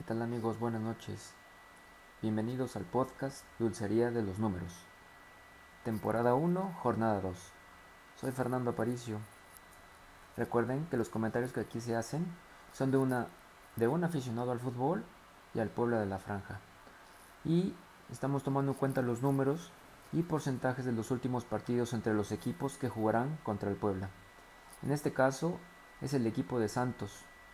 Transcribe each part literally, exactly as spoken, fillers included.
¿Qué tal amigos? Buenas noches. Bienvenidos al podcast Dulcería de los Números. Temporada uno, Jornada dos. Soy Fernando Aparicio. Recuerden que los comentarios que aquí se hacen son de, una, de un aficionado al fútbol y al pueblo de la franja. Y estamos tomando en cuenta los números y porcentajes de los últimos partidos entre los equipos que jugarán contra el Puebla. En este caso es el equipo de Santos,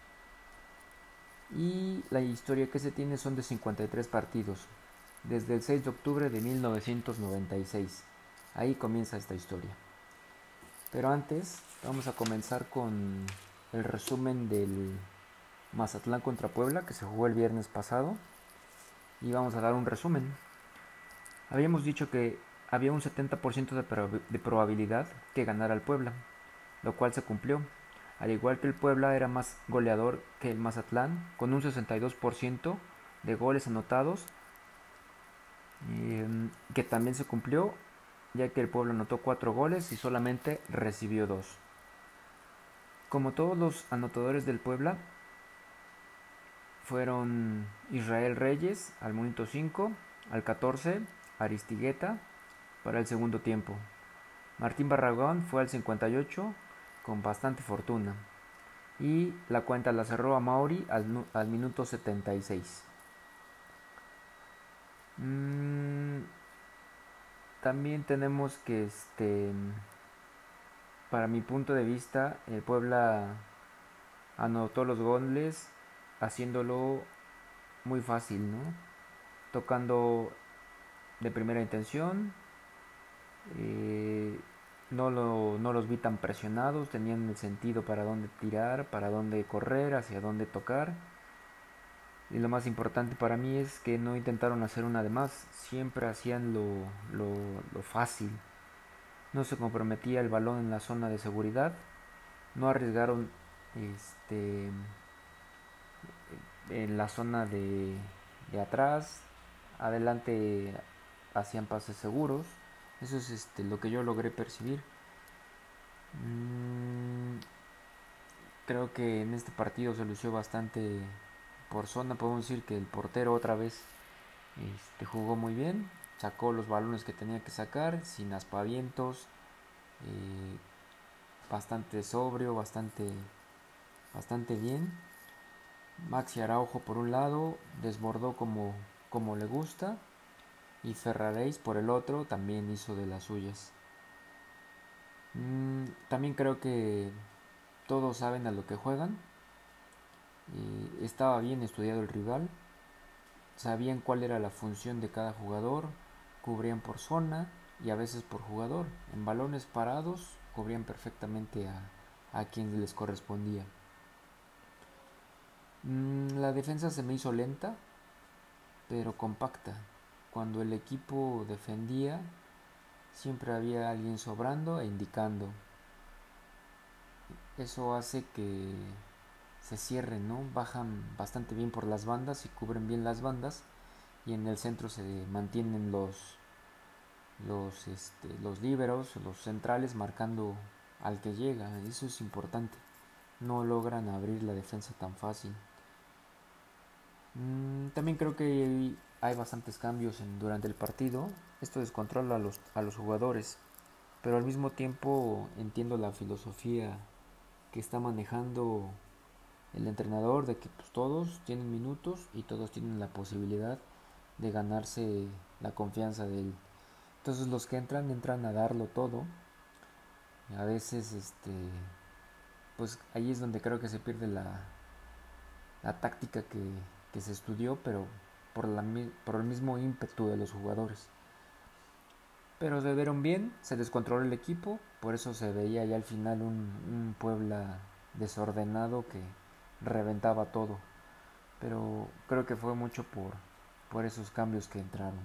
y la historia que se tiene son de cincuenta y tres partidos, desde el seis de octubre de mil novecientos noventa y seis. Ahí comienza esta historia. Pero antes vamos a comenzar con el resumen del Mazatlán contra Puebla, que se jugó el viernes pasado, y vamos a dar un resumen. Habíamos dicho que había un setenta por ciento de, prob- de probabilidad que ganara el Puebla, lo cual se cumplió. Al igual que el Puebla era más goleador que el Mazatlán, con un sesenta y dos por ciento de goles anotados, eh, que también se cumplió, ya que el Puebla anotó cuatro goles y solamente recibió dos. Como todos los anotadores del Puebla, fueron Israel Reyes al minuto cinco, al catorce, Aristigueta para el segundo tiempo. Martín Barragán fue al cincuenta y ocho con bastante fortuna. Y la cuenta la cerró a Mauri al, al minuto setenta y seis. Mm, también tenemos que, este, para mi punto de vista, el Puebla anotó los goles haciéndolo muy fácil, ¿no? Tocando de primera intención, eh, no, lo, no los vi tan presionados, tenían el sentido para dónde tirar, para dónde correr, hacia dónde tocar. Y lo más importante para mí es que no intentaron hacer una de más, siempre hacían lo, lo, lo fácil. No se comprometía el balón en la zona de seguridad, no arriesgaron este, en la zona de, de atrás, adelante hacían pases seguros. Eso es este, lo que yo logré percibir. Mm, creo que en este partido se lució bastante por zona. Podemos decir que el portero otra vez este, jugó muy bien, sacó los balones que tenía que sacar, sin aspavientos, eh, bastante sobrio, bastante, bastante bien. Maxi Araujo por un lado desbordó como, como le gusta, y Ferraréis por el otro también hizo de las suyas. Mm, también creo que todos saben a lo que juegan. Eh, estaba bien estudiado el rival, sabían cuál era la función de cada jugador, cubrían por zona y a veces por jugador. En balones parados cubrían perfectamente a, a quien les correspondía. Mm, la defensa se me hizo lenta, pero compacta. Cuando el equipo defendía, siempre había alguien sobrando e indicando. Eso hace que se cierren, ¿no? Bajan bastante bien por las bandas y cubren bien las bandas, y en el centro se mantienen los los este, los líberos, los centrales marcando al que llega. Eso es importante. No logran abrir la defensa tan fácil. Mm, también creo que hay bastantes cambios en, durante el partido. Esto descontrola a los, a los jugadores, pero al mismo tiempo entiendo la filosofía que está manejando el entrenador, de que pues, todos tienen minutos y todos tienen la posibilidad de ganarse la confianza de él. Entonces los que entran, entran a darlo todo. Y a veces, este, pues ahí es donde creo que se pierde la, la táctica que, que se estudió, pero por, la, por el mismo ímpetu de los jugadores. Pero se vieron bien, se descontroló el equipo, por eso se veía ya al final un, un Puebla desordenado que reventaba todo. Pero creo que fue mucho por, por esos cambios que entraron.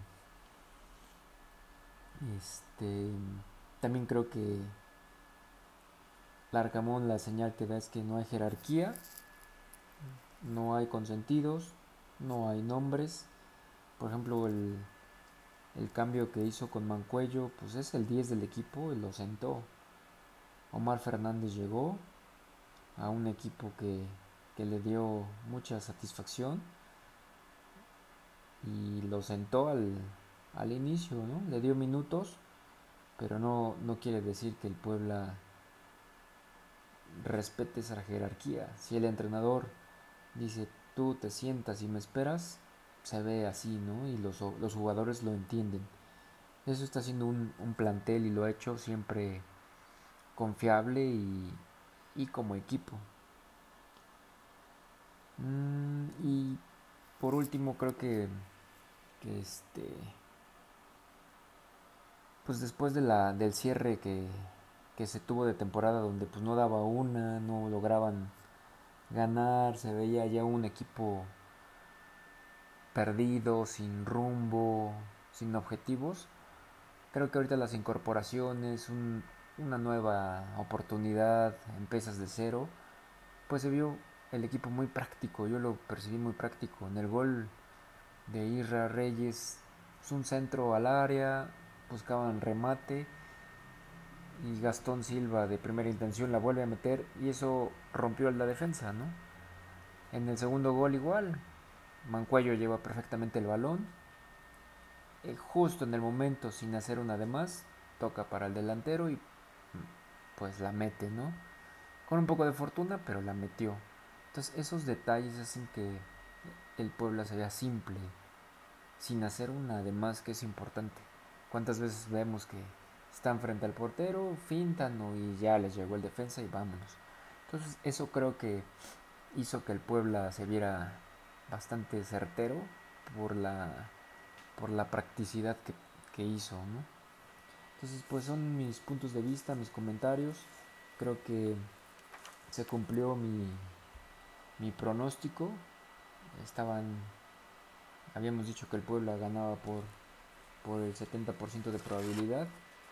Este, también creo que Larcamón la señal que da es que no hay jerarquía, no hay consentidos, no hay nombres. Por ejemplo, el, el cambio que hizo con Mancuello, pues es el diez del equipo y lo sentó. Omar Fernández llegó a un equipo que, que le dio mucha satisfacción, y lo sentó al, al inicio, ¿no? Le dio minutos, pero no, no quiere decir que el Puebla respete esa jerarquía. Si el entrenador dice tú te sientas y me esperas, se ve así, ¿no? Y los, los jugadores lo entienden. Eso está haciendo un, un plantel y lo ha hecho siempre confiable y, y como equipo. Mm, y por último creo que, que este pues después de la, del cierre que, que se tuvo de temporada donde pues no daba una, no lograban ganar, se veía ya un equipo perdido, sin rumbo, sin objetivos. Creo que ahorita las incorporaciones, un, una nueva oportunidad, empiezas de cero, pues se vio el equipo muy práctico, yo lo percibí muy práctico. En el gol de Isra Reyes, es un centro al área, buscaban remate y Gastón Silva de primera intención la vuelve a meter y eso rompió la defensa, ¿no? En el segundo gol igual, Mancuello lleva perfectamente el balón, eh, justo en el momento sin hacer una de más, toca para el delantero y pues la mete, ¿no? Con un poco de fortuna, pero la metió. Entonces esos detalles hacen que el Puebla se vea simple, sin hacer una de más que es importante. ¿Cuántas veces vemos que están frente al portero, fintan y ya les llegó el defensa y vámonos? Entonces eso creo que hizo que el Puebla se viera bastante certero por la, por la practicidad que, que hizo, ¿no? Entonces pues son mis puntos de vista, mis comentarios. Creo que se cumplió mi, mi pronóstico. Estaban, habíamos dicho que el Puebla ganaba por, por el setenta por ciento de probabilidad.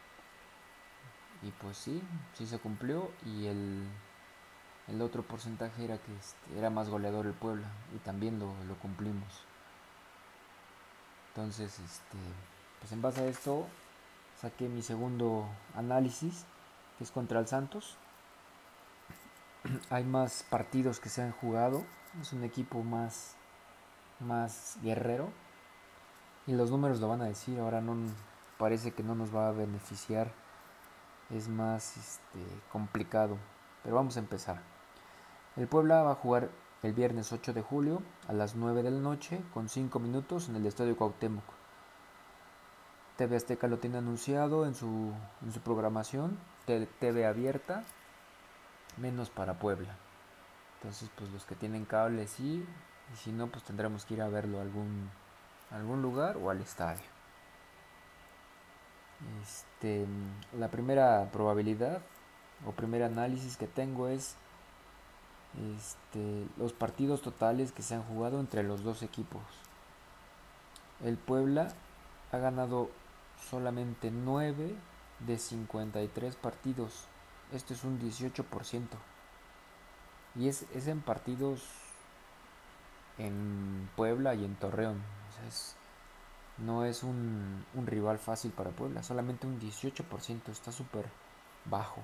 Y pues sí, sí se cumplió. Y el, el otro porcentaje era que este, era más goleador el Puebla. Y también lo, lo cumplimos. Entonces, este, pues en base a esto saqué mi segundo análisis, que es contra el Santos. Hay más partidos que se han jugado. Es un equipo más, más guerrero. Y los números lo van a decir. Ahora no parece que no nos va a beneficiar. Es más este, complicado. Pero vamos a empezar. El Puebla va a jugar el viernes ocho de julio a las nueve de la noche con cinco minutos en el Estadio Cuauhtémoc. T V Azteca lo tiene anunciado en su, en su programación. T V abierta, menos para Puebla. Entonces, pues los que tienen cable sí, y si no, pues tendremos que ir a verlo a algún, a algún lugar o al estadio. Este, la primera probabilidad o primer análisis que tengo es este, los partidos totales que se han jugado entre los dos equipos. El Puebla ha ganado solamente nueve de cincuenta y tres partidos. Esto es un dieciocho por ciento. Y es, es en partidos en Puebla y en Torreón. O sea, es, no es un, un rival fácil para Puebla. Solamente un dieciocho por ciento. Está súper bajo.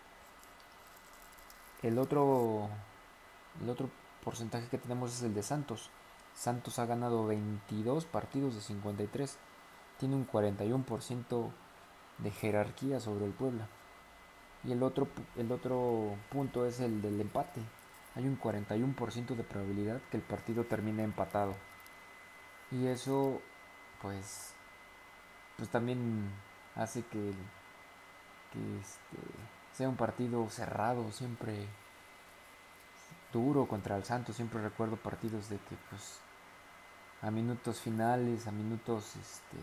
El otro, el otro porcentaje que tenemos es el de Santos. Santos ha ganado veintidós partidos de cincuenta y tres. Tiene un cuarenta y uno por ciento de jerarquía sobre el Puebla. Y el otro, el otro punto es el del empate. Hay un cuarenta y uno por ciento de probabilidad que el partido termine empatado. Y eso, pues, pues también hace que, que este, sea un partido cerrado, siempre duro contra el Santos. Siempre recuerdo partidos de que, pues, a minutos finales, a minutos este,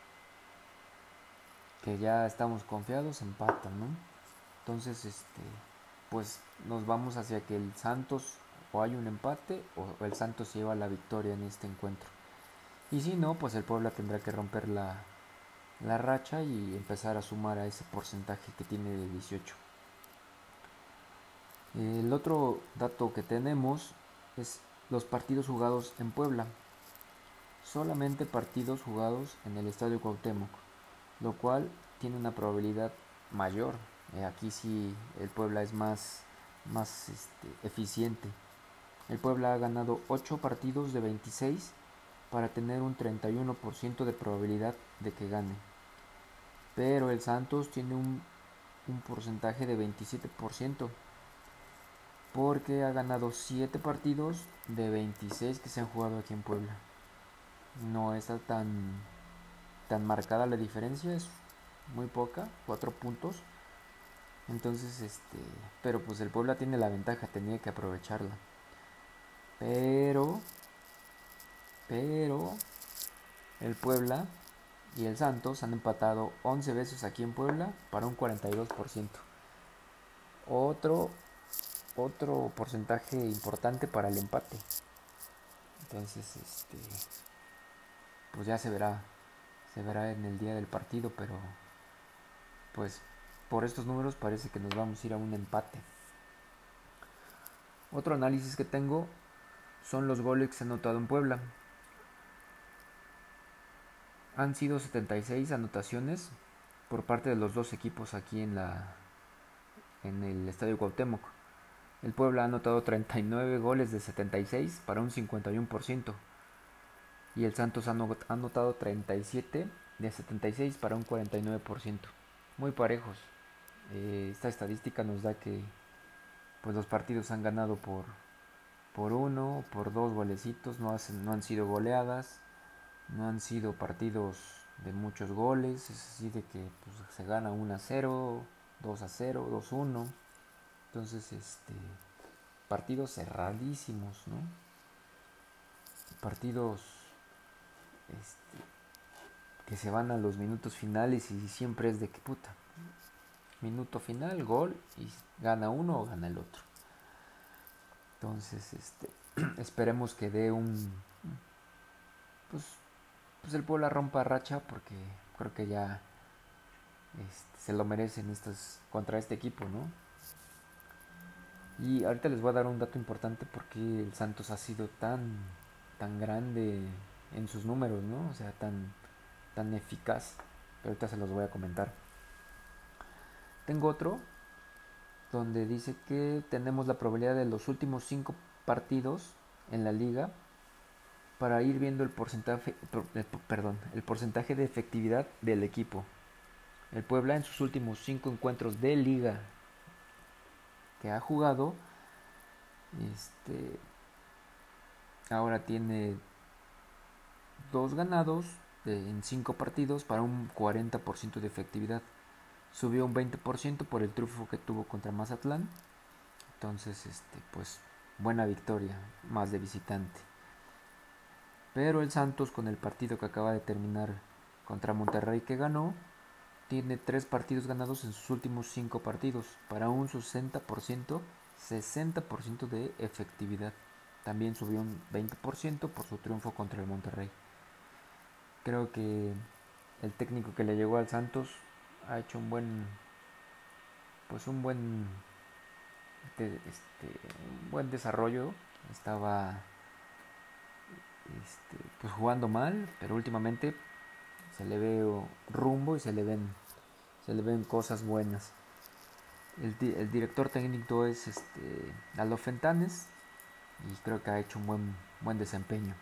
que ya estamos confiados, empatan, ¿no? Entonces, este, pues nos vamos hacia que el Santos o hay un empate o el Santos lleva la victoria en este encuentro. Y si no, pues el Puebla tendrá que romper la, la racha y empezar a sumar a ese porcentaje que tiene de dieciocho. El otro dato que tenemos es los partidos jugados en Puebla. Solamente partidos jugados en el Estadio Cuauhtémoc, lo cual tiene una probabilidad mayor. Eh, aquí sí el Puebla es más, más este, eficiente. El Puebla ha ganado ocho partidos de veintiséis para tener un treinta y uno por ciento de probabilidad de que gane. Pero el Santos tiene un, un porcentaje de veintisiete por ciento porque ha ganado siete partidos de veintiséis que se han jugado aquí en Puebla. No está tan, tan marcada la diferencia, es muy poca, cuatro puntos. Entonces, este, pero pues el Puebla tiene la ventaja, tenía que aprovecharla. Pero, pero, el Puebla y el Santos han empatado once veces aquí en Puebla para un cuarenta y dos por ciento. Otro, otro porcentaje importante para el empate. Entonces, este, pues ya se verá, se verá en el día del partido, pero pues por estos números parece que nos vamos a ir a un empate. Otro análisis que tengo son los goles que se han anotado en Puebla. Han sido setenta y seis anotaciones por parte de los dos equipos aquí en la en el Estadio Cuauhtémoc. El Puebla ha anotado treinta y nueve goles de setenta y seis para un cincuenta y uno por ciento y el Santos ha anotado treinta y siete de setenta y seis para un cuarenta y nueve por ciento. Muy parejos. Eh, esta estadística nos da que pues los partidos han ganado por por uno, por dos golecitos, no, hacen, no han sido goleadas, no han sido partidos de muchos goles, es así de que pues, se gana uno a cero, dos a cero, dos a uno. Entonces, este partidos cerradísimos, ¿no? Partidos este, que se van a los minutos finales y siempre es de que puta. Minuto final, gol y gana uno o gana el otro. Entonces, este esperemos que dé un pues pues el Puebla rompa racha porque creo que ya este, se lo merecen estos contra este equipo, ¿no? Y ahorita les voy a dar un dato importante porque el Santos ha sido tan tan grande en sus números, ¿no? O sea, tan tan eficaz. Pero ahorita se los voy a comentar. Tengo otro donde dice que tenemos la probabilidad de los últimos cinco partidos en la liga para ir viendo el porcentaje, perdón, el porcentaje de efectividad del equipo. El Puebla en sus últimos cinco encuentros de liga que ha jugado, este, ahora tiene dos ganados de, en cinco partidos para un cuarenta por ciento de efectividad. Subió un veinte por ciento por el triunfo que tuvo contra Mazatlán. Entonces, este, pues, buena victoria, más de visitante. Pero el Santos, con el partido que acaba de terminar contra Monterrey que ganó, tiene tres partidos ganados en sus últimos cinco partidos para un sesenta por ciento, sesenta por ciento de efectividad. También subió un veinte por ciento por su triunfo contra el Monterrey. Creo que el técnico que le llegó al Santos ha hecho un buen pues un buen de, este, un buen desarrollo. Estaba este, pues jugando mal, pero últimamente se le ve rumbo y se le ven se le ven cosas buenas. El, el director técnico es este Aldo Fentanes y creo que ha hecho un buen buen desempeño.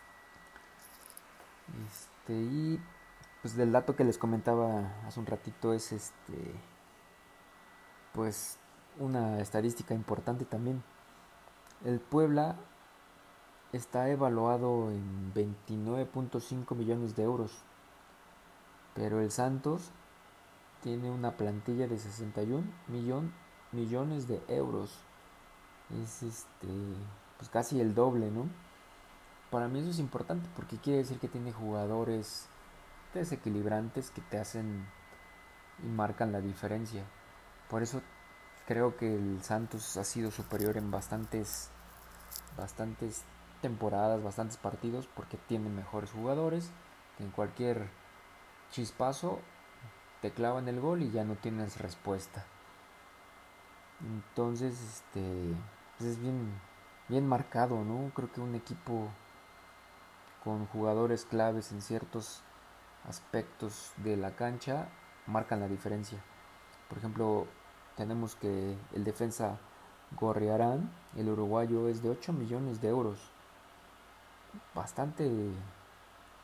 Este y pues del dato que les comentaba hace un ratito es este pues una estadística importante también. El Puebla está evaluado en veintinueve punto cinco millones de euros, pero el Santos tiene una plantilla de sesenta y un millón, millones de euros. Es este pues casi el doble, ¿no? Para mí eso es importante porque quiere decir que tiene jugadores desequilibrantes que te hacen y marcan la diferencia. Por eso creo que el Santos ha sido superior en bastantes bastantes temporadas, bastantes partidos porque tiene mejores jugadores que en cualquier chispazo te clavan el gol y ya no tienes respuesta. Entonces, este pues es bien bien marcado, ¿no? Creo que un equipo con jugadores claves en ciertos aspectos de la cancha marcan la diferencia. Por ejemplo, tenemos que el defensa Gorriarán, el uruguayo, es de ocho millones de euros. Bastante,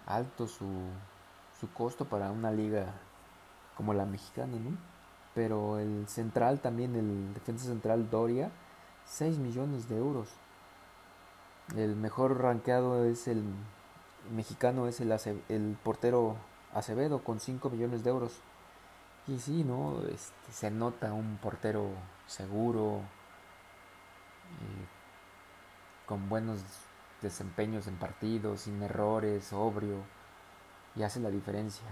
alto su, su costo para una liga como la mexicana, ¿no? Pero el central también, el defensa central Doria, seis millones de euros. El mejor rankeado es el mexicano, es el, Ace- el portero Acevedo con cinco millones de euros. Y sí, ¿no? Este, se nota un portero seguro, eh, con buenos desempeños en partidos, sin errores, sobrio, y hace la diferencia.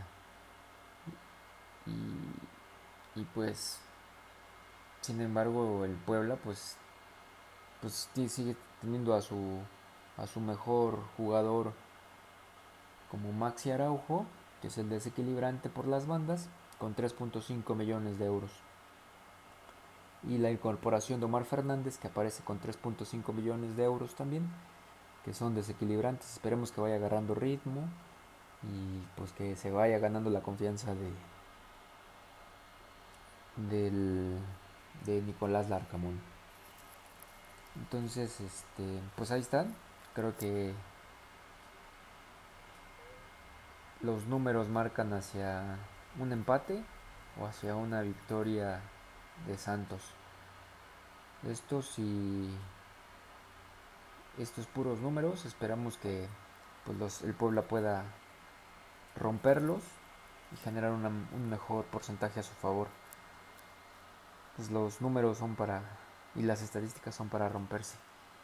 Y, y pues, sin embargo, el Puebla, pues, pues sigue teniendo a su, a su mejor jugador como Maxi Araujo, que es el desequilibrante por las bandas, con tres punto cinco millones de euros. Y la incorporación de Omar Fernández, que aparece con tres punto cinco millones de euros también, que son desequilibrantes. Esperemos que vaya agarrando ritmo y pues que se vaya ganando la confianza de, del, de Nicolás Larcamón. Entonces, este, pues ahí están. Creo que los números marcan hacia un empate o hacia una victoria de Santos. Estos y estos puros números, esperamos que pues los, el Puebla pueda romperlos y generar una, un mejor porcentaje a su favor. Pues los números son para y las estadísticas son para romperse.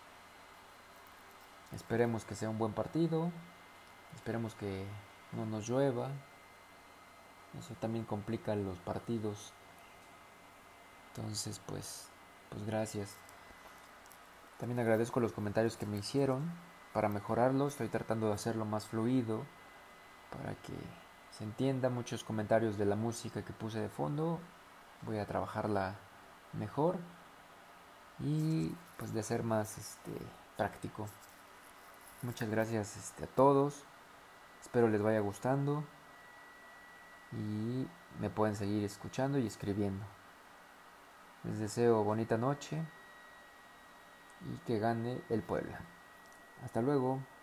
Esperemos que sea un buen partido, esperemos que no nos llueva. Eso también complica los partidos. Entonces, pues pues gracias. También agradezco los comentarios que me hicieron para mejorarlo. Estoy tratando de hacerlo más fluido para que se entienda. Muchos comentarios de la música que puse de fondo. Voy a trabajarla mejor y pues de ser más este, práctico. Muchas gracias este, a todos. Espero les vaya gustando y me pueden seguir escuchando y escribiendo. Les deseo bonita noche y que gane el Puebla. Hasta luego.